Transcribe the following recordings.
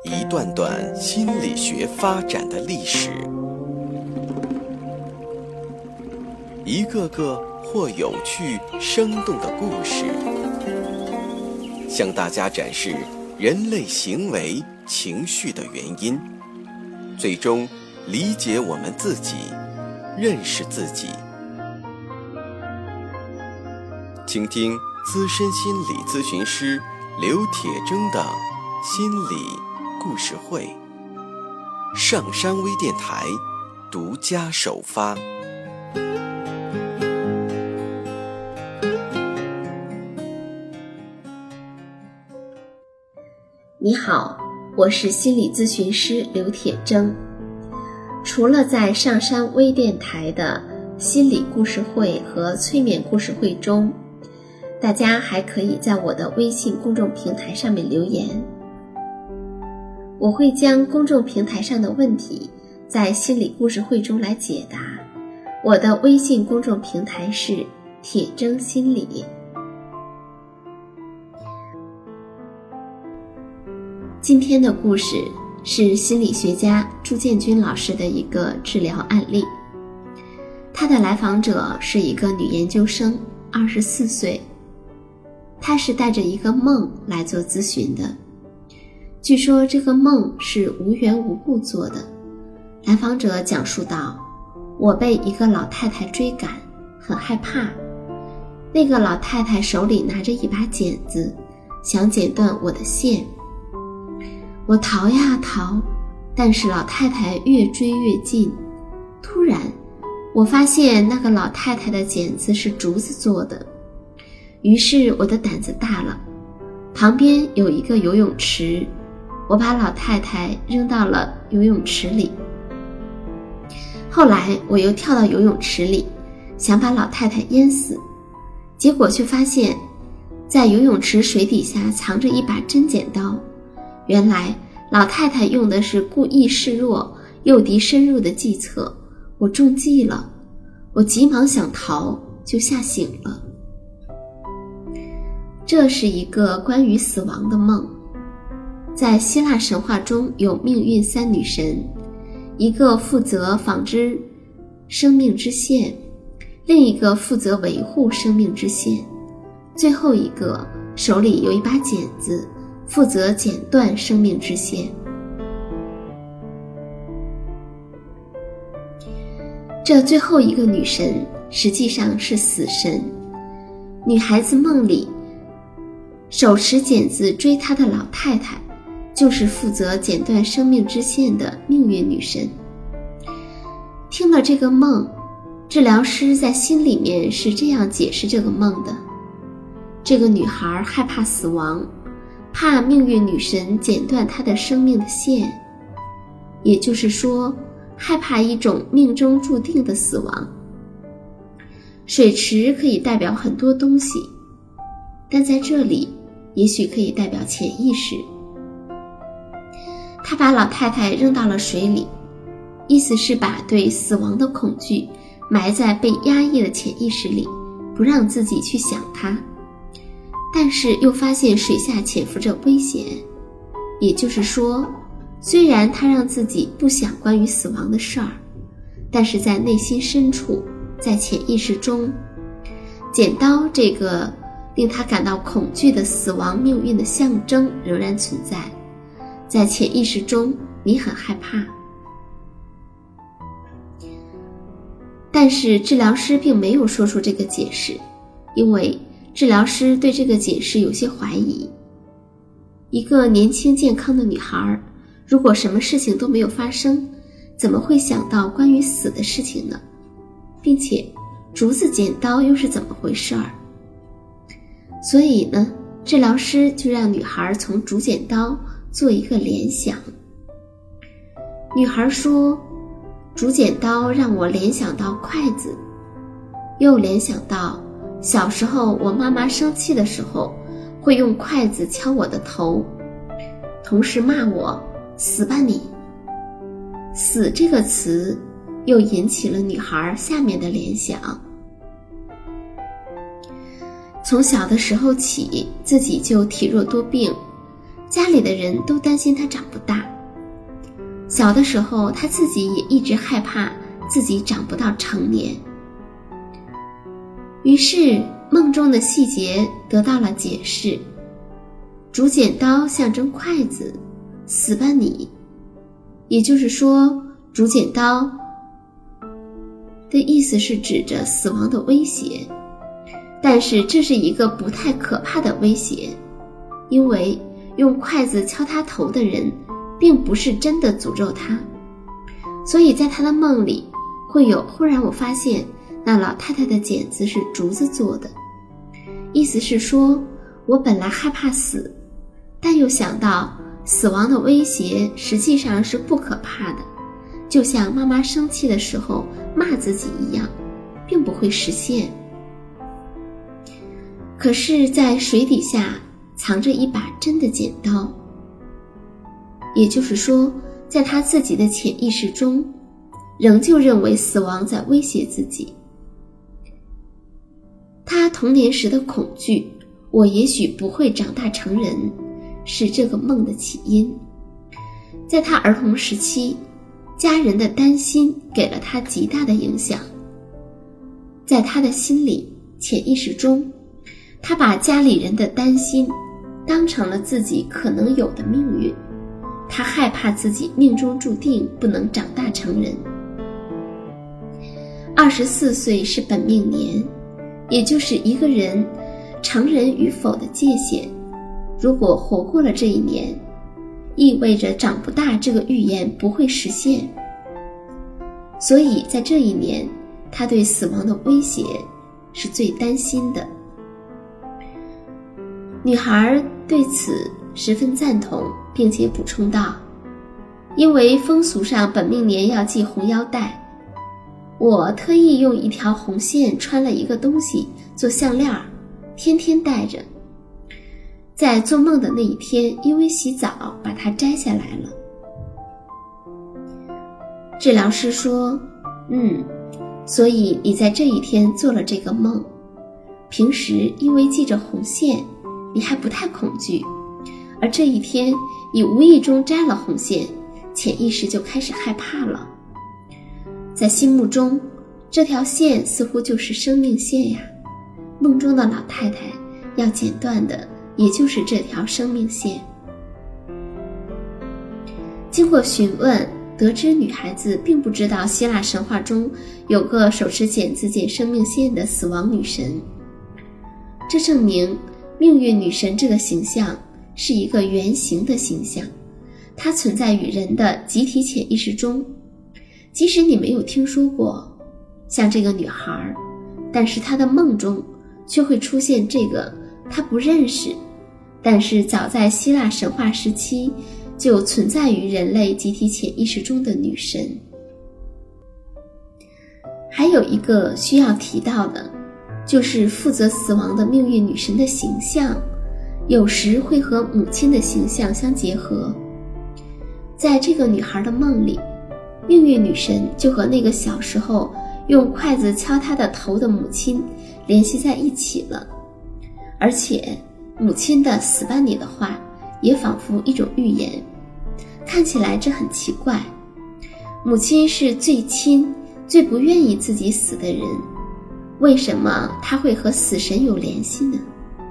一段段心理学发展的历史，一个个或有趣生动的故事，向大家展示人类行为情绪的原因，最终理解我们自己，认识自己。请听资深心理咨询师刘铁铮的心理故事会，上山微电台独家首发。 你好，我是心理咨询师刘铁铮。除了在上山微电台的心理故事会和催眠故事会中，大家还可以在我的微信公众平台上面留言，我会将公众平台上的问题在心理故事会中来解答。我的微信公众平台是铁铮心理。今天的故事是心理学家朱建军老师的一个治疗案例。他的来访者是一个女研究生，24岁。她是带着一个梦来做咨询的。据说这个梦是无缘无故做的。来访者讲述道，我被一个老太太追赶，很害怕。那个老太太手里拿着一把剪子，想剪断我的线。我逃呀逃，但是老太太越追越近。突然，我发现那个老太太的剪子是竹子做的。于是我的胆子大了，旁边有一个游泳池，我把老太太扔到了游泳池里。后来我又跳到游泳池里，想把老太太淹死，结果却发现在游泳池水底下藏着一把针剪刀。原来老太太用的是故意示弱诱敌深入的计策，我中计了。我急忙想逃，就吓醒了。这是一个关于死亡的梦。在希腊神话中有命运三女神，一个负责纺织生命之线，另一个负责维护生命之线，最后一个手里有一把剪子，负责剪断生命之线。这最后一个女神实际上是死神。女孩子梦里手持剪子追她的老太太，就是负责剪断生命之线的命运女神。听了这个梦，治疗师在心里面是这样解释这个梦的：这个女孩害怕死亡，怕命运女神剪断她的生命的线，也就是说，害怕一种命中注定的死亡。水池可以代表很多东西，但在这里也许可以代表潜意识。他把老太太扔到了水里，意思是把对死亡的恐惧埋在被压抑的潜意识里，不让自己去想它。但是又发现水下潜伏着危险，也就是说，虽然他让自己不想关于死亡的事儿，但是在内心深处，在潜意识中，剪刀这个令他感到恐惧的死亡命运的象征仍然存在。在潜意识中，你很害怕。但是治疗师并没有说出这个解释，因为治疗师对这个解释有些怀疑。一个年轻健康的女孩，如果什么事情都没有发生，怎么会想到关于死的事情呢？并且竹子剪刀又是怎么回事儿？所以呢，治疗师就让女孩从竹剪刀做一个联想。女孩说，竹剪刀让我联想到筷子，又联想到小时候我妈妈生气的时候会用筷子敲我的头，同时骂我死吧你。死这个词又引起了女孩下面的联想。从小的时候起，自己就体弱多病， 家里的人都担心她长不大。小的时候，她自己也一直害怕自己长不到成年。于是梦中的细节得到了解释，竹剪刀象征筷子，死吧你，也就是说竹剪刀的意思是指着死亡的威胁，但是这是一个不太可怕的威胁，因为用筷子敲他头的人并不是真的诅咒他，所以在他的梦里会有忽然我发现那老太太的剪子是竹子做的，意思是说我本来害怕死，但又想到死亡的威胁实际上是不可怕的，就像妈妈生气的时候骂自己一样，并不会实现。可是在水底下藏着一把真的剪刀，也就是说在他自己的潜意识中仍旧认为死亡在威胁自己。他童年时的恐惧，我也许不会长大成人，是这个梦的起因。在他儿童时期，家人的担心给了他极大的影响。在他的心里潜意识中，他把家里人的担心当成了自己可能有的命运，他害怕自己命中注定不能长大成人。24岁是本命年，也就是一个人成人与否的界限。如果活过了这一年，意味着长不大这个预言不会实现。所以在这一年，他对死亡的威胁是最担心的。女孩对此十分赞同，并且补充道，因为风俗上本命年要系红腰带，我特意用一条红线穿了一个东西做项链，天天戴着。在做梦的那一天，因为洗澡把它摘下来了。治疗师说，所以你在这一天做了这个梦。平时因为系着红线，你还不太恐惧，而这一天你无意中摘了红线，潜意识就开始害怕了。在心目中，这条线似乎就是生命线呀，梦中的老太太要剪断的也就是这条生命线。经过询问，得知女孩子并不知道希腊神话中有个手持剪子剪生命线的死亡女神，这证明命运女神这个形象是一个原型的形象，它存在于人的集体潜意识中。即使你没有听说过像这个女孩，但是她的梦中却会出现这个她不认识，但是早在希腊神话时期就存在于人类集体潜意识中的女神。还有一个需要提到的，就是负责死亡的命运女神的形象有时会和母亲的形象相结合。在这个女孩的梦里，命运女神就和那个小时候用筷子敲她的头的母亲联系在一起了，而且母亲的死吧你的话也仿佛一种预言。看起来这很奇怪，母亲是最亲最不愿意自己死的人，为什么她会和死神有联系呢？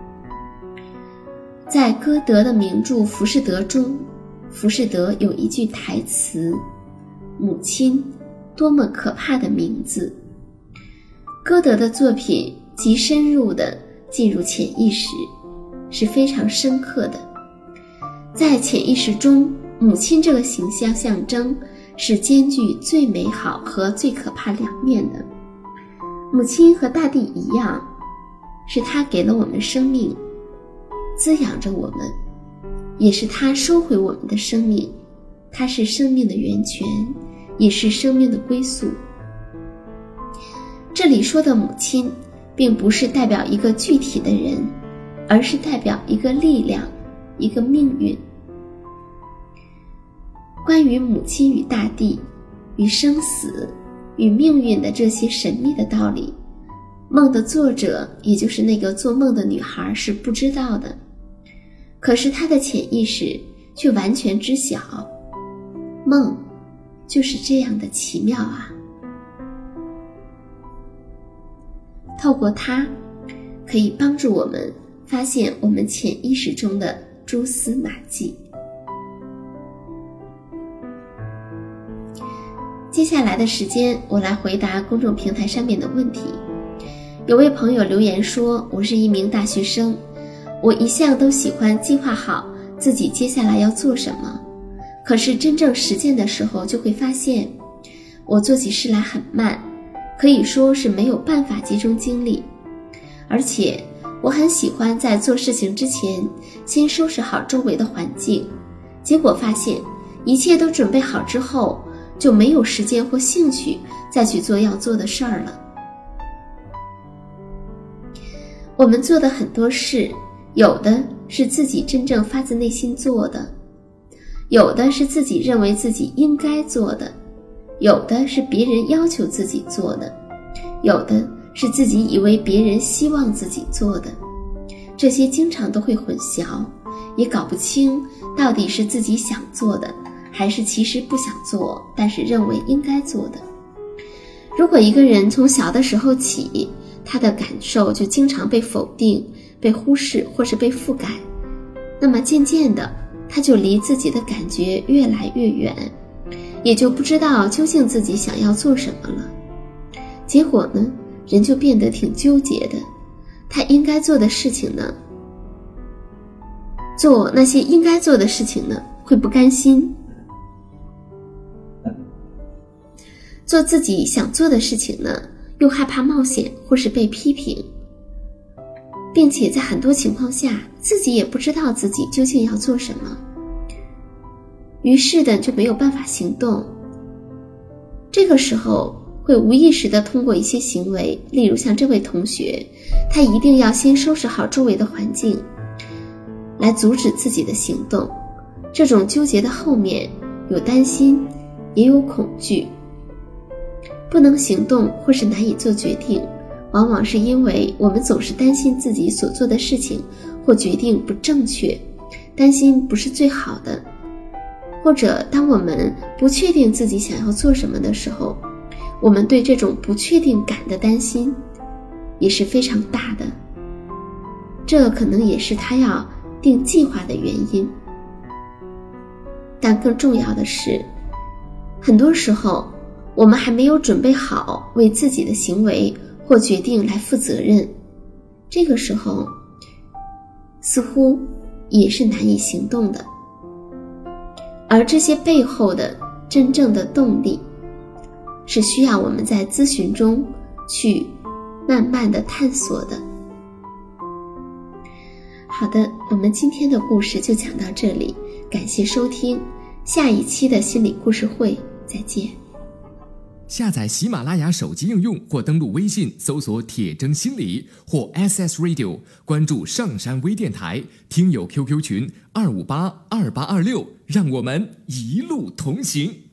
在歌德的名著《浮士德》中，浮士德有一句台词，母亲，多么可怕的名字。歌德的作品极深入地进入潜意识，是非常深刻的。在潜意识中，母亲这个形象象征是兼具最美好和最可怕两面的。母亲和大地一样，是她给了我们生命，滋养着我们，也是她收回我们的生命。她是生命的源泉，也是生命的归宿。这里说的母亲并不是代表一个具体的人，而是代表一个力量，一个命运。关于母亲与大地、与生死、与命运的这些神秘的道理，梦的作者，也就是那个做梦的女孩是不知道的。 可是他的潜意识却完全知晓，梦就是这样的奇妙啊。透过它，可以帮助我们发现我们潜意识中的蛛丝马迹。接下来的时间，我来回答公众平台上面的问题。有位朋友留言说，我是一名大学生，我一向都喜欢计划好自己接下来要做什么，可是真正实践的时候就会发现，我做起事来很慢，可以说是没有办法集中精力。而且我很喜欢在做事情之前先收拾好周围的环境，结果发现一切都准备好之后，就没有时间或兴趣再去做要做的事儿了。我们做的很多事，有的是自己真正发自内心做的，有的是自己认为自己应该做的，有的是别人要求自己做的，有的是自己以为别人希望自己做的。这些经常都会混淆，也搞不清到底是自己想做的，还是其实不想做，但是认为应该做的。如果一个人从小的时候起，他的感受就经常被否定、被忽视或是被覆盖，那么渐渐的，他就离自己的感觉越来越远，也就不知道究竟自己想要做什么了。结果呢，人就变得挺纠结的。他应该做的事情呢，做那些应该做的事情呢，会不甘心；做自己想做的事情呢，又害怕冒险或是被批评，并且在很多情况下，自己也不知道自己究竟要做什么，于是的就没有办法行动。这个时候会无意识地通过一些行为，例如像这位同学，他一定要先收拾好周围的环境，来阻止自己的行动。这种纠结的后面有担心，也有恐惧。不能行动或是难以做决定，往往是因为我们总是担心自己所做的事情或决定不正确，担心不是最好的，或者当我们不确定自己想要做什么的时候，我们对这种不确定感的担心也是非常大的，这可能也是他要定计划的原因。但更重要的是，很多时候我们还没有准备好为自己的行为或决定来负责任，这个时候似乎也是难以行动的。而这些背后的真正的动力，是需要我们在咨询中去慢慢的探索的。好的，我们今天的故事就讲到这里，感谢收听，下一期的心理故事会再见。 下载喜马拉雅手机应用或登录微信搜索铁铮心理或 SS Radio， 关注上山微电台，听友 QQ 群2582826，让我们一路同行。